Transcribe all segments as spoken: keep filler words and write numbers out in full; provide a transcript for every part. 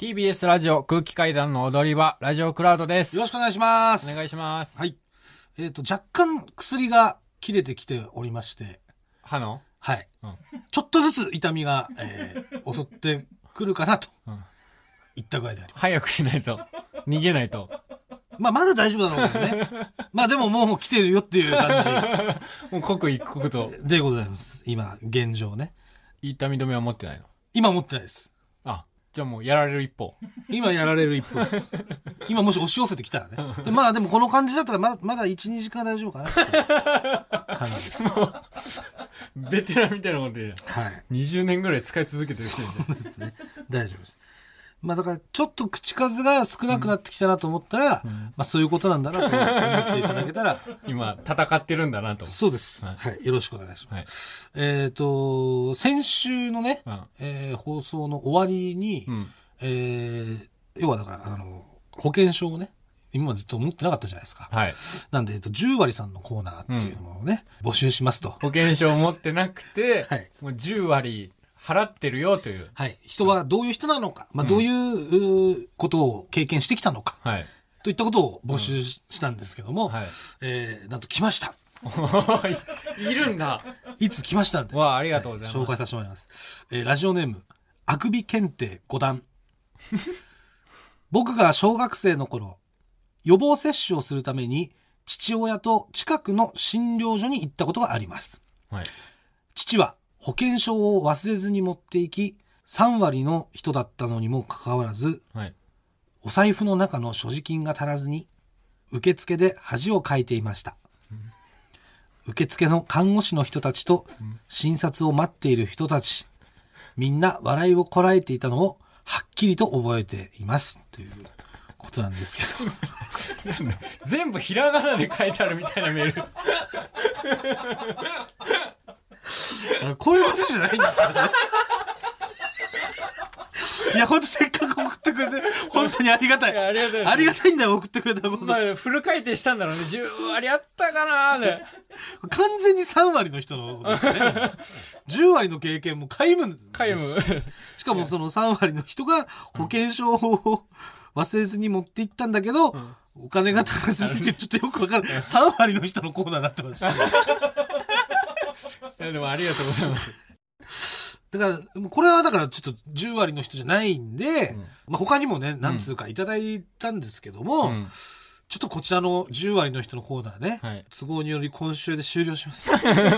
ティービーエス ラジオ空気階段の踊り場、ラジオクラウドです。 よろしくお願いします。 お願いします。 はい。えっと、若干薬が切れてきておりまして。 歯のはい、うん。ちょっとずつ痛みが、えー、襲ってくるかなと、うん、いった具合であります。 早くしないと。逃げないと。 まあ、まだ大丈夫だろうけどね。まあ、でももう来てるよっていう感じ。 もう刻一刻と。 でございます。今、現状ね。 痛み止めは持ってないの？ 今持ってないです。 あ、じゃあもうやられる一方。 今やられる一方です。今もし押し寄せてきたらね。でまあでもこの感じだったらままだいち、にじかん大丈夫かなって感じです。 ベテランみたいなことで、はい、にじゅうねんぐらい使い続けてる人ですね。大丈夫です。まあだからちょっと口数が少なくなってきたなと思ったら、うん、まあそういうことなんだなと思っていただけたら。 今戦ってるんだなと。 そうです。はい、はい。よろしくお願いします。はい、えっ、ー、と、先週のね、うんえー、放送の終わりに、うんえー、要はだから、あの、保険証をね、今までずっと持ってなかったじゃないですか。はい。なんで、えっと、じゅう割さんのコーナーっていうのをね、うん、募集しますと。 保険証を持ってなくて、はい。もうじゅう割払ってるよという。 はい。人はどういう人なのか、まあ、どういう、うことを経験してきたのか。はい。といったことを募集したんですけども、うん、はい。えー、なんと来ました。 いるんだ。 いつ来ましたんで。 わあ、ありがとうございます。 はい、紹介させてもらいます。えー、ラジオネーム、あくび検定ご段。僕が小学生の頃、予防接種をするために父親と近くの診療所に行ったことがあります。はい、父は保険証を忘れずに持っていき、さん割の人だったのにもかかわらず、はい、お財布の中の所持金が足らずに、受付で恥をかいていました。うん、受付の看護師の人たちと診察を待っている人たち、みんな笑いをこらえていたのをはっきりと覚えていますということなんですけど全部ひらがなで書いてあるみたいなメールこういうことじゃないんですよね。いや、ほんとせっかく送ってくれて、本当にありがたい。いや、ありがたい。ありがたいんだよ、送ってくれたこと。 まあ、フル回転したんだろうね。じゅう割あったかなーね。 完全にさん割の人のですね。じゅう割の経験も皆無。 皆無。 しかもそのさん割の人が保険証を忘れずに持って行ったんだけど、うん、お金が足らずに、ちょっとよくわかる。さん割の人のコーナーになってました。いや、でもありがとうございます。 だから、これはだからちょっとじゅう割の人じゃないんで、うん、まあ他にもね、何通かいただいたんですけども、うん、ちょっとこちらのじゅう割の人のコーナーね、はい、都合により今週で終了します。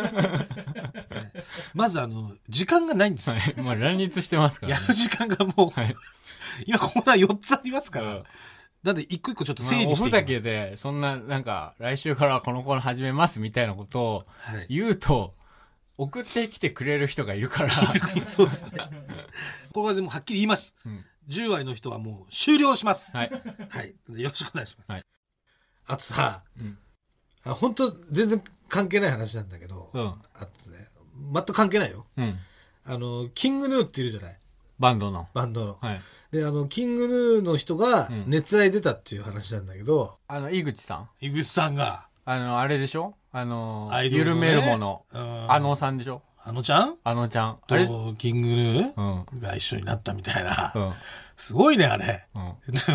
まずあの、時間がないんです。はい、 まあ乱立してますからね。やる時間がもう、はい、今コーナーよっつありますから。うん、なんで一個一個ちょっと整理して、まあ、 おふざけで、そんななんか、来週からこのコーナー始めますみたいなことを言うと、はい送ってきてくれる人がいるから。 そうですね。これはでもはっきり言います。うん、じゅう割の人はもう終了します。はい。はい。よろしくお願いします。はい。あとさ、うん、あ本当全然関係ない話なんだけど、うん、あとね、全く関係ないよ。うん。あの、キングヌーっているじゃない？ バンドの。 バンドの。はい。で、あの、キングヌーの人が熱愛出たっていう話なんだけど、 うん、あの、井口さん井口さんが。 あの、あれでしょあの、ね、緩めるもの。あのさんでしょあのちゃんあのちゃん。 と、キングヌー、うん、が一緒になったみたいな。うん、すごいね、あれ。うん、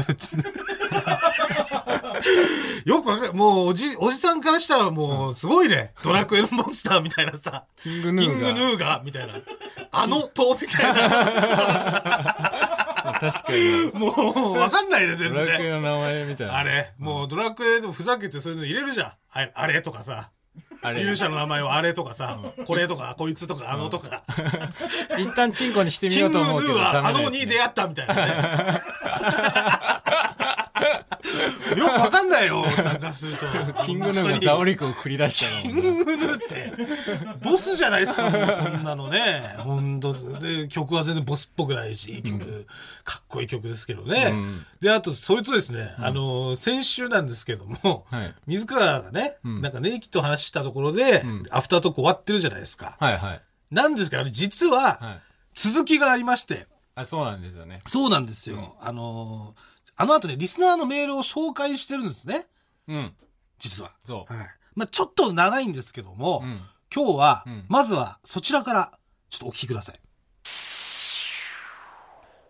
よくわかる。もう、おじ、おじさんからしたらもう、すごいね。うん、ドラクエのモンスターみたいなさ。 キングヌーが。 キングヌーが、みたいな。あの塔みたいな。 確かに。 もう、わかんないね、全然。 ドラクエの名前みたいな。 あれ、もうドラクエでもふざけてそういうの入れるじゃん。あれ、あれとかさ。あれ勇者の名前をあれとかさ、うん、これとか、こいつとか、あのとか。 うん、一旦チンコにしてみようと思うけど。キングヌーはあのに出会ったみたいなね。よくわかんないよ、参加すると。 キングヌーがザオリクを繰り出したの。キングヌーって、ボスじゃないですか、もうそんなのね。ほんと。で、曲は全然ボスっぽくないし、いい曲、うん、かっこいい曲ですけどね。うん、で、あと、それとですね、うん、あの、先週なんですけども、はい、水川がね、うん、なんかネイキと話したところで、うん、アフタートーク終わってるじゃないですか。はいはい。なんですけど、あれ実は、はい、続きがありまして。 あ、そうなんですよね。 そうなんですよ。うん、あのー、あの後ね、リスナーのメールを紹介してるんですね。うん。実は。そう。はい。まあちょっと長いんですけども、うん、今日は、うん、まずはそちらから、ちょっとお聞きください。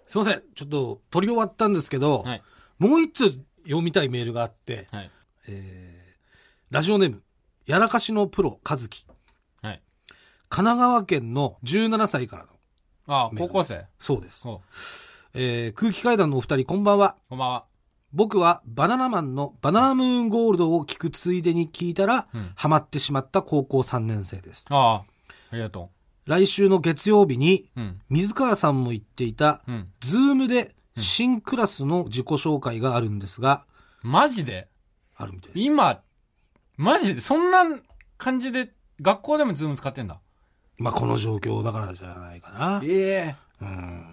すいません。ちょっと取り終わったんですけど、はい、もう一つ読みたいメールがあって、はい、えー、ラジオネーム、やらかしのプロ、和樹。はい。神奈川県のじゅうななさいからの。 ああ、高校生。 そうです。えー、空気階段のお二人、こんばんは。 こんばんは。 僕はバナナマンのバナナムーンゴールドを聞くついでに聞いたら、うん、ハマってしまった高校さんねん生です。 ああ、ありがとう。 来週の月曜日に、うん、水川さんも言っていた、うん、ズームで新クラスの自己紹介があるんですが、 うん、マジであるみたいです。 今、マジでそんな感じで学校でもズーム使ってんだ。 まあこの状況だからじゃないかな。 ええー。うん。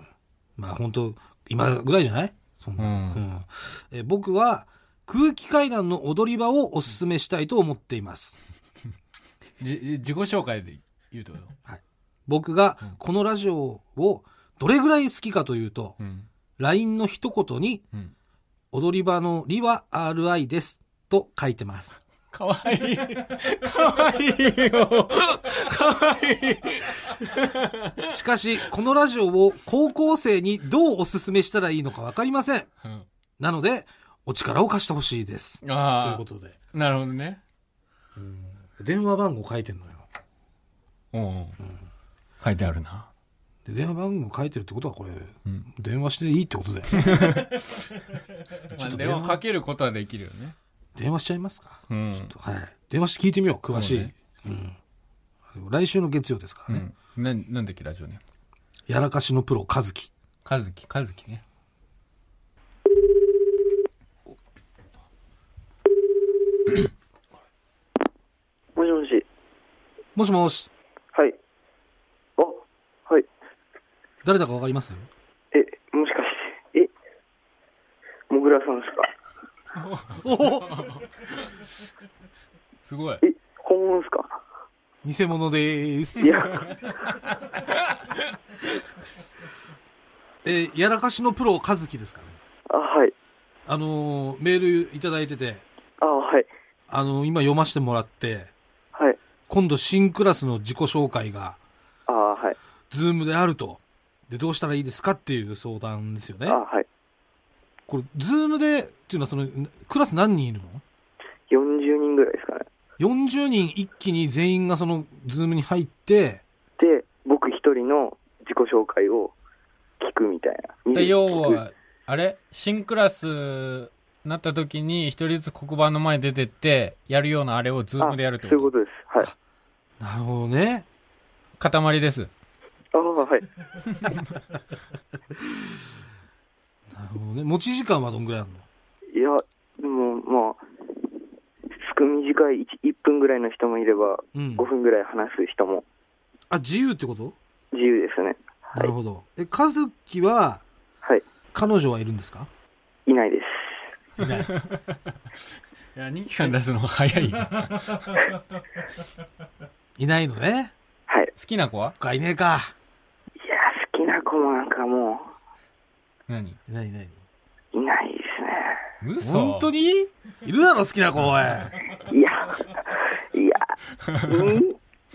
まあ本当今ぐらいじゃない？そんな。うんうんえ僕は空気階段の踊り場をおすすめしたいと思っています。 じ自己紹介で言うと、 はい。僕がこのラジオをどれぐらい好きかというと、うん、ライン の一言に、うん、踊り場のりは アールアイ ですと書いてます。 かわいい。かわいいよ。かわいい。しかし、このラジオを高校生にどうおすすめしたらいいのかわかりません。うん、なので、お力を貸してほしいです。あということで。 なるほどね。 うん、電話番号書いてんのよ。 おうおう、うん、書いてあるな。 で電話番号書いてるってことはこれ、うん、電話していいってことだよね。 ちょっと電話かけることはできるよね。 電話しちゃいますか、うん、ちょっとはい。電話して聞いてみよう、詳しい。う、ねうん、来週の月曜ですからね。 うん、な, なんだっけ、ラジオね。 やらかしのプロ、和樹。 和樹、和樹ね。 もしもし。 もしもし。 はい。あ、はい。 誰だかわかります？ え、もしかして、え、もぐらさんですか？ すごい。 え、本物ですか？ 偽物でーす。 いや。 えー、やらかしのプロ、和樹ですかね。 あ、はい。 あのー、メールいただいてて。 あ、はい。 あのー、今読ませてもらって。 はい。 今度新クラスの自己紹介が。 あ、はい。 ズームであると。で、どうしたらいいですかっていう相談ですよね。 あ、はい。 これ、ズームで、っていうのは、その、クラス何人いるの？ よんじゅうにんぐらいですかね。 よんじゅうにん一気に全員がその、ズームに入って、 で、僕一人の自己紹介を聞くみたいな。 で、要は、あれ新クラスなった時に、一人ずつ黒板の前に出てって、やるようなあれをズームでやるってこと？ そういうことです。はい。 なるほどね。 塊です。 ああ、はい。 なるほどね。持ち時間はどんぐらいあるの？ いや、でもまあ、すく短い 1, いっぷんぐらいの人もいれば、うん、ごふんぐらい話す人も。 あ、自由ってこと？ 自由ですね。 なるほど。え、和樹は、 はい。 彼女はいるんですか？ いないです。 いない。いや、人気感出すの早い。 いないのね。 はい。 好きな子は？ かいねえか。 いや、好きな子もなんかもう。 何何何いないですね。嘘？ 本当にいるだろ、好きな子、おい。 いや、いや、うん、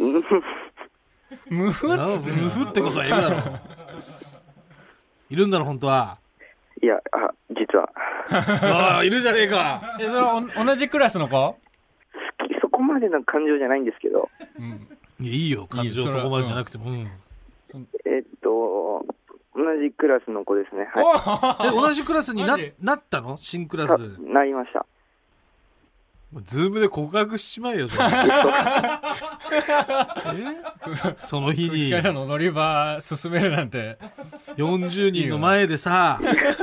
ムフッてムフってことはいるだろ。いるんだろ、本当は。 いや、あ、実は。 ああ、いるじゃねえか。 え、それお同じクラスの子？好き、そこまでの感情じゃないんですけど。 うん。いや、いいよ、感情そこまでじゃなくても。うん。 えっと、同じクラスの子ですね。はい。え、同じクラスにな、なったの？新クラス。 なりました。 ズームで告白しちまえよ、その日に。 空気階段の乗り場進めるなんて。 よんじゅうにんの前でさ。 え、自己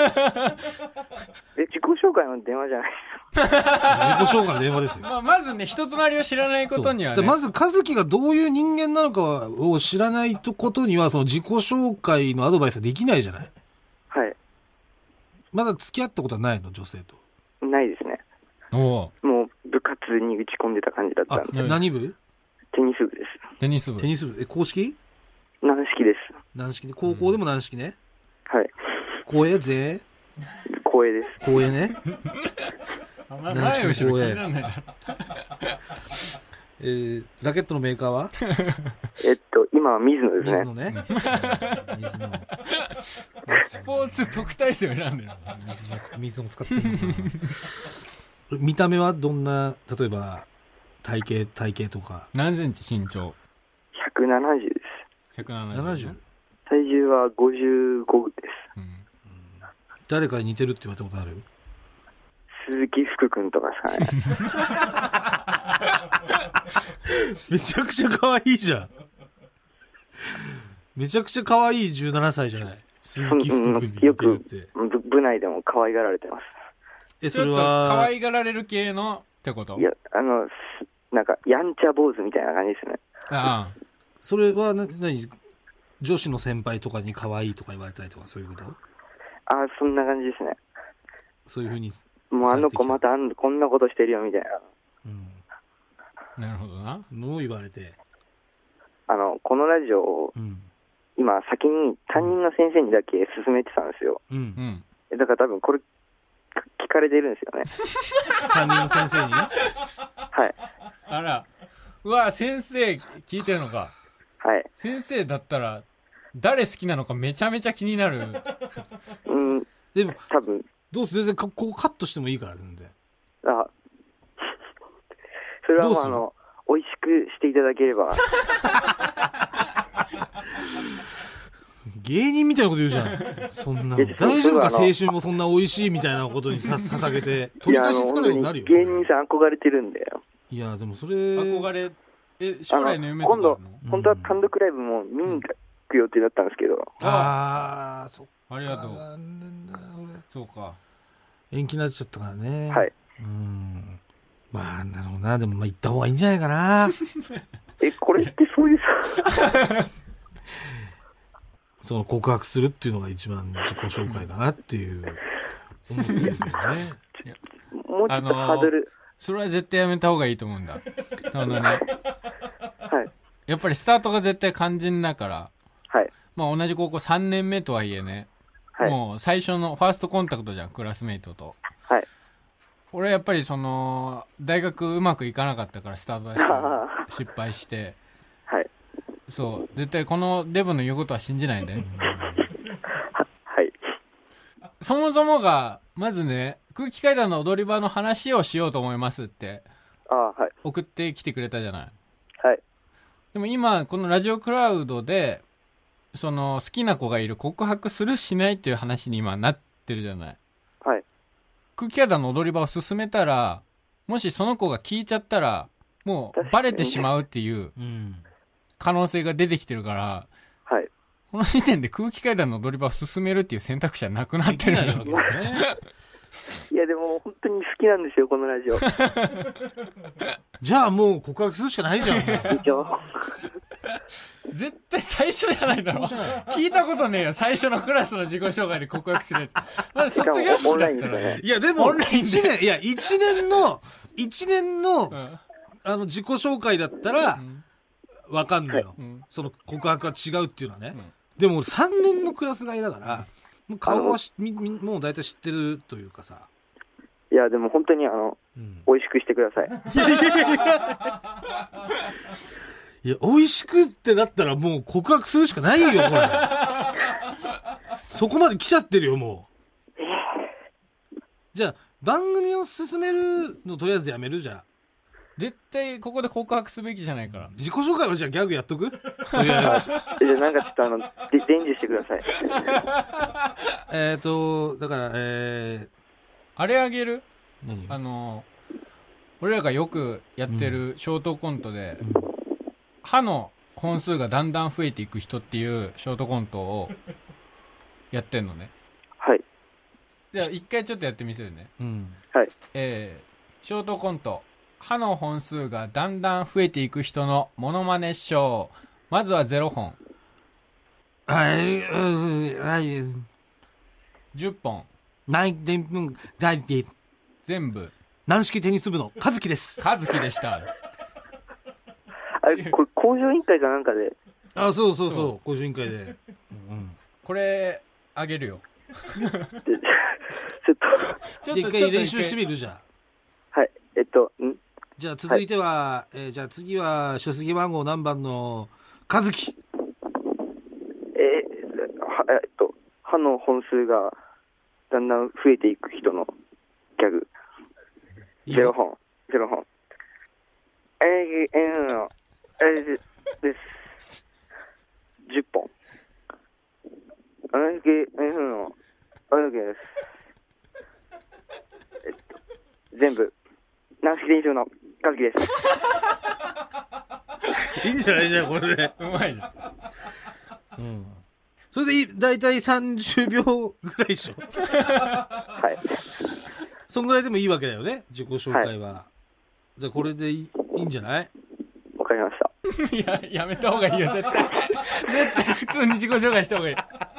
紹介の電話じゃないですか。自己紹介の電話ですよ。 まあ、まずね、人となりを知らないことにはね。 まず、和樹がどういう人間なのかを知らないことには、その自己紹介のアドバイスはできないじゃない？ はい。 まだ付き合ったことはないの？女性と。 ないですね。 おもう部活に打ち込んでた感じだったんで。 何部？ テニス部です。 テニス部。 テニス部。え、硬式？ 軟式です。 軟式で、高校でも軟式ね。 うん、はい。 公営税？ 公営です。 公営ね。 あんま前後ろ気にならないな。 えー、ラケットのメーカーは？ えっと、今はミズノですね。 ミズノね。ミズノ。 スポーツ特待生を選んでるの水も使ってるのかな見た目はどんな、例えば体型体型とか。 何センチ身長？ ひゃくななじゅうです。 ひゃくななじゅう、ね、 体重はごじゅうごです、うん、 誰かに似てるって言われたことある？ 鈴木福君とかですかねめちゃくちゃ可愛いじゃん。めちゃくちゃ可愛いじゅうななさいじゃない。鈴木福君に似てるって。 よく部内でも可愛がられてます。 え、それは可愛がられる系のってこと？ いや、あのなんかやんちゃ坊主みたいな感じですね。 ああ、それはな何、女子の先輩とかに可愛いとか言われたりとかそういうこと？ ああ、そんな感じですね。 そういうふうに、 もうあの子またあんこんなことしてるよみたいな、 うん、なるほどなのを言われて、 あのこのラジオを、うん、今先に担任の先生にだけ勧めてたんですよ、うんうん、だから多分これ聞かれてるんですよね担任の先生にはい。 あら、うわ、先生聞いてるのか。 はい。 先生だったら誰好きなのかめちゃめちゃ気になるうん、でも多分どうす全然ここカットしてもいいから全然。 あそれはもうあの美味しくしていただければ芸人みたいなこと言うじゃんそんな大丈夫か、青春もそんな美味しいみたいなことにさ捧げて取り返しつかないようになるよ。 芸人さん憧れてるんだよ。 いやでもそれ憧れ、え将来の夢とかあるの？ 今度本当は単独ライブも見に行く予定だったんですけど、うん、 ああ、そっか、 ありがとう。 残念だ俺。 そうか、 延期になっちゃったからね。 はい。 うん、まあなるほどな。でもまあ行った方がいいんじゃないかなえ、これってそういうさその告白するっていうのが一番自己紹介かなっていう思ってるけどねもうちょっとハードル、 あのー、それは絶対やめた方がいいと思うんだそのね、はい、やっぱりスタートが絶対肝心だから、 はい、 まあ同じ高校さんねんめとはいえね、はい、もう最初のファーストコンタクトじゃん、クラスメイトと。 はい。 俺はやっぱりその大学うまくいかなかったからスタートは失敗してはい。 そう絶対このデブの言うことは信じないではい。 そもそもがまずね、空気階段の踊り場の話をしようと思いますって送ってきてくれたじゃない。 はい。 でも今このラジオクラウドでその好きな子がいる、告白するしないっていう話に今なってるじゃない。 はい。 空気階段の踊り場を進めたら、もしその子が聞いちゃったらもうバレてしまうっていう可能性が出てきてるから、 はい。 この時点で空気階段の踊り場を進めるっていう選択肢はなくなってるわけだねいやでも本当に好きなんですよこのラジオじゃあもう告白するしかないじゃん絶対最初じゃないだろ聞いたことねえよ、最初のクラスの自己紹介で告白するやつ。まだ卒業式だったら、ね、 いやでもいちねん、いやいちねんのいちねんの、うん、あの自己紹介だったら、うん、わかんのよ、うん、その告白が違うっていうのはね、うん、でもさんねんのクラス替えだから、もう顔はしみみもう大体知ってるというかさ。 いやでも本当にあの、うん、美味しくしてください。 いやいやいやいやいや美味しくってなったらもう告白するしかないよこれそこまで来ちゃってるよもう。じゃあ番組を進めるのとりあえずやめる。じゃあ絶対ここで告白すべきじゃないから。 自己紹介はじゃあギャグやっとく。とりあえずじゃあなんかちょっとあの伝授してください。 えっとだからえー、 あれあげる？ 何？ あの俺らがよくやってるショートコントで、うん、歯の本数がだんだん増えていく人っていうショートコントをやってんのね。 はい。 じゃあ一回ちょっとやってみせるね。 うん。 はい。 えー、ショートコント、歯の本数がだんだん増えていく人のモノマネショー。まずはゼロ本。 はい、はい、 じゅっぽん。 ないでん大です。 全部。 軟式テニス部の和樹です。 和樹でした。 あれこれ工場委員会かなんかで。 あ、そうそうそう工場委員会で。うん、 これあげるよ。 ちょっとちょっと一回練習してみるじゃあ。はい。えっとん。 じゃあ続いては、はい、えー、じゃあ次は書籍番号何番の和樹。 えー、はえっと歯の本数がだんだん増えていく人のギャグ。ゼロ本。ゼロ本。えー、えー、えー、です。じゅっぽん。あれけ、えー、あれけです。えっと、全部、軟式練習の和樹です。 いいんじゃないじゃん、これで。 うまいな。 うん。それでいい、だいたいさんじゅうびょうぐらいでしょ。 はい。 そんぐらいでもいいわけだよね、自己紹介は。はい、じゃあこれでいい、いいんじゃない？ わかりました。いや、やめた方がいいよ、絶対。絶対普通に自己紹介した方がいい。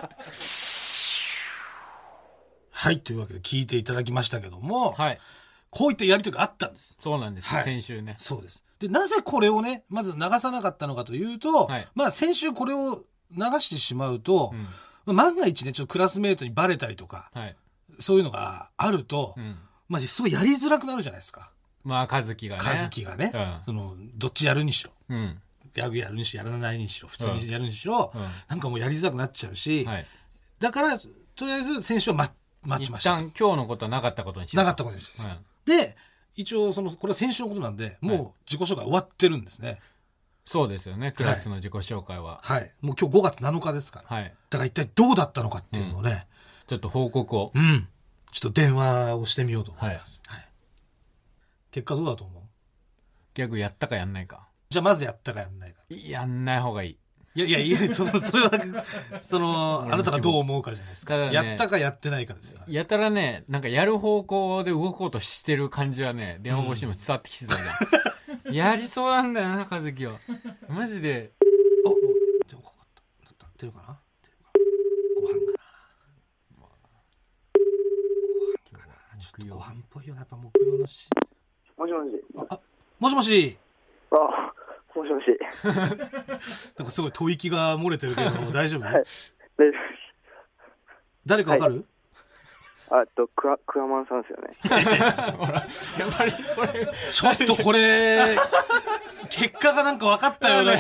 はい、というわけで聞いていただきましたけども、 はい。 こういったやりとりがあったんです。 そうなんです、はい、先週ね。 そうです。で、なぜこれをね、まず流さなかったのかというと、はい、まあ先週これを流してしまうと、うん、万が一ね、ちょっとクラスメートにバレたりとか、はい、そういうのがあると、うん、まあすごいやりづらくなるじゃないですか。 まあ、和樹がね。 和樹がね、うん、その、どっちやるにしろ、うん、ギャグやるにしろ、やらないにしろ、普通にやるにしろ、うん、なんかもうやりづらくなっちゃうし、はい、だから、とりあえず先週は待待ちました。 一旦今日のことはなかったことにしなかったことにして、うん、で、一応そのこれは先週のことなんで、もう自己紹介終わってるんですね。 そうですよね、クラスの自己紹介は。 はい。はい、もう今日ごがつなのかですから。はい。だから一体どうだったのかっていうのをね、うん、 ちょっと報告を。 うん。ちょっと電話をしてみようと思います。はい。はい、結果どうだと思う？ ギャグやったかやんないか。 じゃあまずやったかやんないか。 やんない方がいい。 いやいやいや、その、それは、その、あなたがどう思うかじゃないですか。ね、やったかやってないかですよ。 やたらね、なんかやる方向で動こうとしてる感じはね、電話越しにも伝わってきてたじゃん。うん、やりそうなんだよな、和樹は。マジで。 あ、電話かかった。出るかな？出るか。ご飯かな。まあ、ご飯かな。ちょっとご飯っぽいよな、やっぱ木曜のし。 もしもし。 あ、もしもし。 あ、もしもし。 なんかすごい吐息が漏れてるけど大丈夫？はい、大丈夫。誰かわかる？ はい、あとクワクワマンさんですよね。 ほら、やっぱりこれちょっとこれ結果がなんか分かったよね。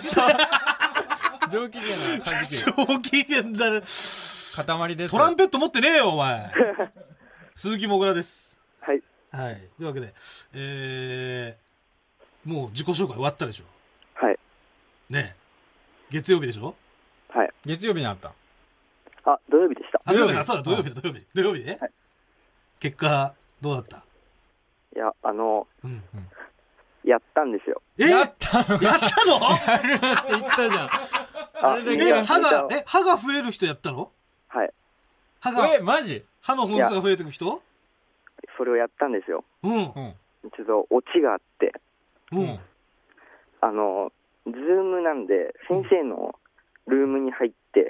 上機嫌な感じ。 上機嫌だね。 塊です。 トランペット持ってねえよお前。鈴木もぐらです。 はい。 はい。というわけで、えー、もう自己紹介終わったでしょ。 はい。 ねえ。月曜日でしょ。 はい。 月曜日にあった。 あ、土曜日でした。 あ、土曜日だ。そうだ、土曜日だ、土曜日。土曜日ね。はい。結果、どうだった？ いや、あの、うんうん、やったんですよ。 えやったの？ やったの？ やるなって言ったじゃん。 あれだけ歯が、え、歯が増える人やったの？ はい。 歯が、 え、マジ？ 歯の本数が増えていく人？ それをやったんですよ。 うん。 ちょっとオチがあって。 うん。 あの、ズームなんで、先生のルームに入って、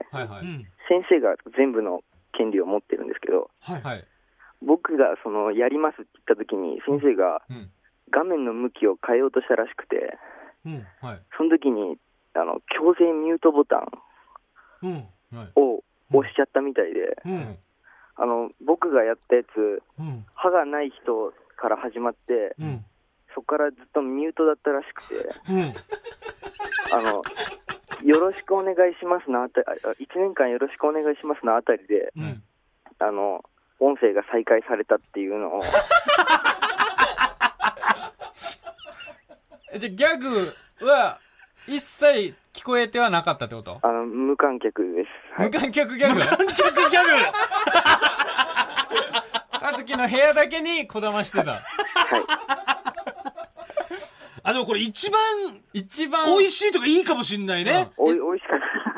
はいはい。 先生が全部の権利を持ってるんですけど、 はいはい。 僕がそのやりますって言った時に先生が画面の向きを変えようとしたらしくて、 うんはい、 その時にあの強制ミュートボタンを押しちゃったみたいで、 うん、 あの僕がやったやつ、 うん、 歯がない人から始まって、うん、そこからずっとミュートだったらしくて、 うん、 あのよろしくお願いしますのあたり、いちねんかんよろしくお願いしますのあたりで、 うん、 あの音声が再開されたっていうのをじゃあギャグは一切聞こえてはなかったってこと？ あの無観客です、 はい、無観客ギャグ？ 無観客ギャグ和樹の部屋だけにこだましてた。はい。 あ、でもこれ一番一番美味しいとかいいかもしんないね。 おい、おいしかった。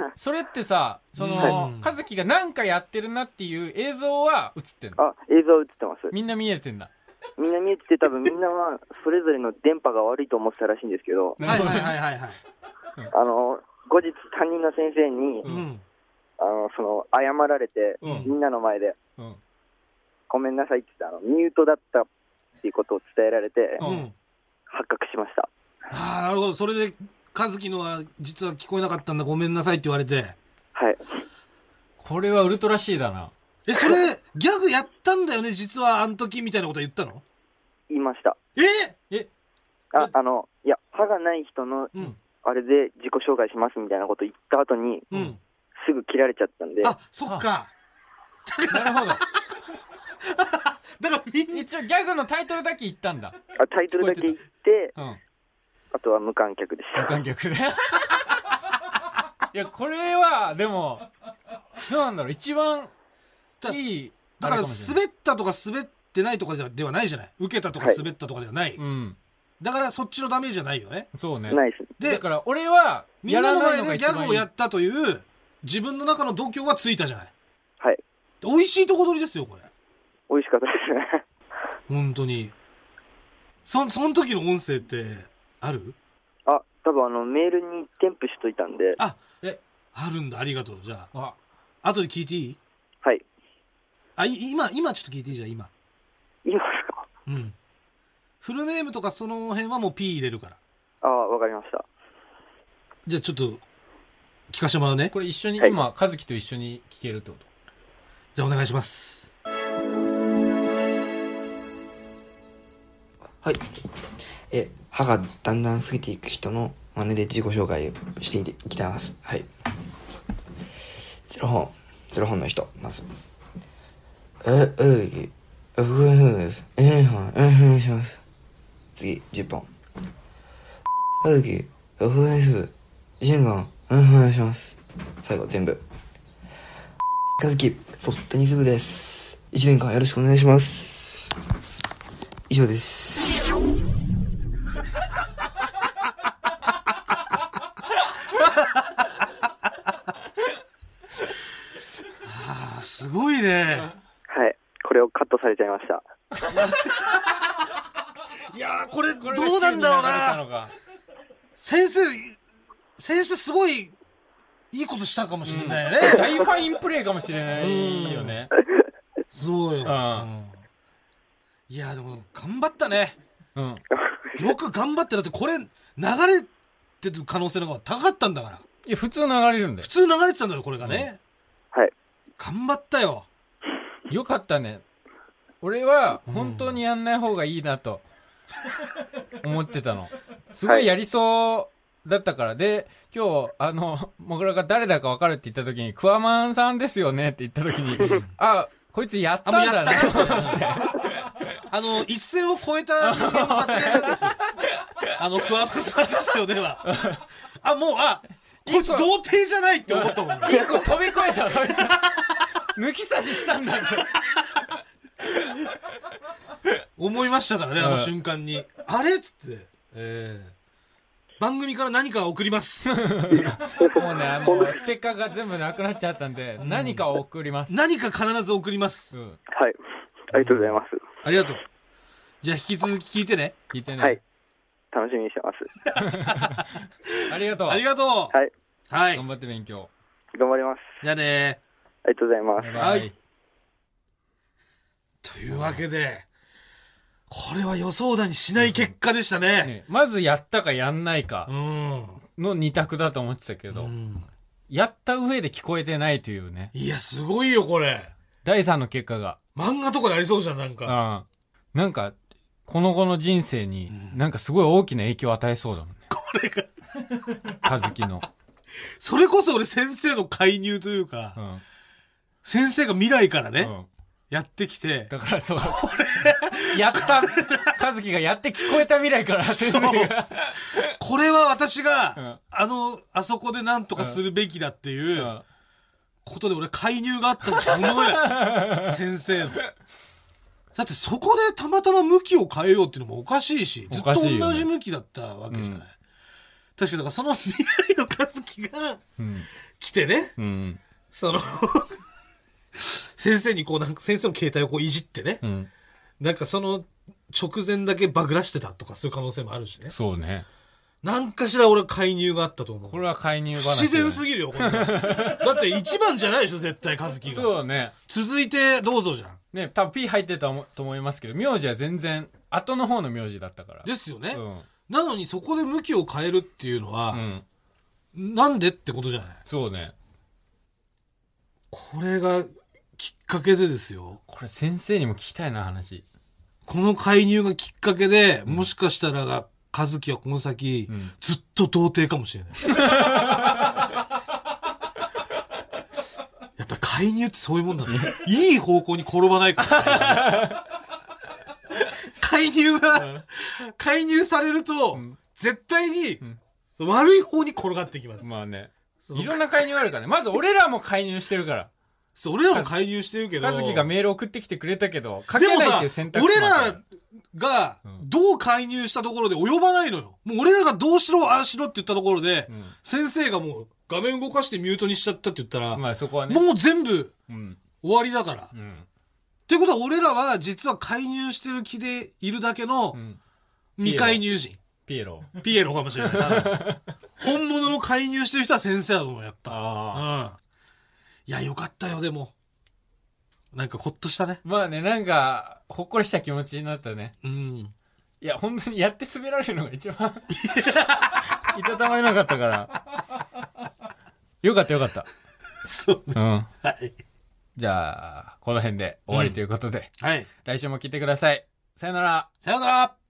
それってさ、その、和樹が何かやってるなっていう映像は映ってんの？ あ、映像は映ってます。 みんな見えてんだ。 みんな見えてて、多分みんなはそれぞれの電波が悪いと思ってたらしいんですけど、 はいはいはいはい、はい。 あの、後日担任の先生に、うん、あの、その、謝られて、うん、みんなの前で、うん、ごめんなさいって言って、あの、ミュートだったっていうことを伝えられて、うん、発覚しました。 ああ、なるほど。それで、和樹のは実は聞こえなかったんだ、ごめんなさいって言われて。 はい。 これはウルトラ C だな。 え、それ、ギャグやったんだよね、実はあの時みたいなこと言ったの？ 言いました。 ええあ、あの、いや、歯がない人の、うん、あれで自己紹介しますみたいなこと言った後に、うん、すぐ切られちゃったんで。 あ、そっか。 なるほど。 だからみんな一応ギャグのタイトルだけ言ったんだ。 あ、タイトルだけ言って、 うん。 あとは無観客でした。 無観客で。いや、これは、でも、どうなんだろう、一番いい。 だから、滑ったとか滑ってないとかではないじゃない。受けたとか滑ったとかではない。はい、うん。だから、そっちのダメージじゃないよね。 そうね。 ないですね。 で、だから、俺は、 みんなの前でギャグをやったという、自分の中の度胸はついたじゃない。 はい。 美味しいとこ取りですよ、これ。 美味しかったですね。 本当に。そ、その時の音声って、ある？ あ、多分あの、メールに添付しといたんで。 あ、え、あるんだ、ありがとう。じゃあ。あ、後で聞いていい？ はい。 あ、今、今ちょっと聞いていいじゃん、今。 今ですか？ うん。フルネームとかその辺はもう P 入れるから。 ああ、わかりました。 じゃあちょっと、聞かせてもらうね。 これ一緒に、はい、今、和樹と一緒に聞けるってこと？ じゃあお願いします。 はい。え、歯がだんだん増えていく人の真似で自己紹介をしていきます。はい。ゼロ本、ゼロ本の人、まず。え、え、え、え、え、え、します。次、じゅっぽん。はずき、え、え、す、いちねんかん、お願いします。最後、全部。かずき、ソフトテニス部です。いちねんかんよろしくお願いします。以上です。 ああ、すごいね。 はい。これをカットされちゃいました。 いやー、これ、どうなんだろうな。先生、先生すごい、いいことしたかもしれないね。 うん、大ファインプレーかもしれないよね。 そうよ。うん、いや、でも、頑張ったね。うん。よく頑張って、だってこれ、流れてる可能性の方が高かったんだから。 いや、普通流れるんだよ。 普通流れてたんだよ、これがね。 うん、はい。 頑張ったよ。 よかったね。俺は、本当にやんない方がいいなと、思ってたの。すごいやりそうだったから。で、今日、あの、もぐらが誰だか分かるって言った時に、クワマンさんですよねって言った時に、あ、こいつやったんだね。 あの、一線を越えた人間の発言なんですよ。あの、クワマンさんですよねは。あ、もう、あ、こいつ童貞じゃないって思ったもんね。 一個飛び越えたの。抜き差ししたんだって。 思いましたからね、あの瞬間に。あれっつって。えー番組から何かを送ります。もうね、もうステッカーが全部なくなっちゃったんで、うん、何かを送ります。 何か必ず送ります。うん、 はい。ありがとうございます。 ありがとう。じゃあ引き続き聞いてね。 聞いてね。 はい。楽しみにしてます。 ありがとう。 ありがとう。 はい。 はい。 頑張って勉強。 頑張ります。 じゃあね。 ありがとうございます。 バイバイ。はい。 というわけで、これは予想だにしない結果でしたね。ね、 まずやったかやんないかの二択だと思ってたけど、うん、やった上で聞こえてないというね。 いや、すごいよ、これ。 だいさんの結果が。 漫画とかでありそうじゃん、なんか。 うん。なんか、この後の人生に、なんかすごい大きな影響を与えそうだもんね。 これが。 かずきの。 それこそ俺先生の介入というか、うん、先生が未来からね、うんやってきて。 だからそう。これやった、かずきがやって聞こえた未来から先生が。 これは私が、うん、あの、あそこで何とかするべきだっていう、うん、ことで俺介入があったと思えない。先生の。だってそこでたまたま向きを変えようっていうのもおかしいし、ずっと同じ向きだったわけじゃない。うん、確かにだからその未来のかずきが、来てね、うん、その、先生にこうなんか先生の携帯をこういじってね、うん、なんかその直前だけバグらしてたとかそういう可能性もあるしね。 そうね。 なんかしら俺介入があったと思う。 これは介入話、ね、 自然すぎるよこれ。だって一番じゃないでしょ絶対和樹が。 そうね。 続いてどうぞじゃん。 ね、多分 P 入ってたと思いますけど、名字は全然後の方の名字だったから。 ですよね。うん、なのにそこで向きを変えるっていうのは、うん、なんでってことじゃない。 そうね。 これがきっかけでですよ。 これ先生にも聞きたいな話。 この介入がきっかけで、うん、もしかしたら和樹はこの先、うん、ずっと童貞かもしれない。やっぱり介入ってそういうもんだね。いい方向に転ばないから。介入が、介入されると、うん、絶対に、うん、悪い方に転がってきます。 まあね。いろんな介入あるからね。まず俺らも介入してるから。 そう、俺らも介入してるけど。 和樹がメール送ってきてくれたけど、書けないっていう選択肢もあった。 俺らが、どう介入したところで及ばないのよ。もう俺らがどうしろ、ああしろって言ったところで、うん、先生がもう画面動かしてミュートにしちゃったって言ったら、 まあそこはね。 もう全部、終わりだから。うん、っていうことは俺らは実は介入してる気でいるだけの、未介入人。 ピエロ。 ピエロかもしれない。本物の介入してる人は先生だと思う、やっぱ。あうん。いや、よかったよ、でも。なんかほっとしたね。 まあね、なんか、ほっこりした気持ちになったね。うん。いや、本当にやって滑られるのが一番、いたたまれなかったから。よかったよかった。 そうね。うん。はい。 じゃあ、この辺で終わりということで。 うん、はい。 来週も聞いてください。さよなら。 さよなら。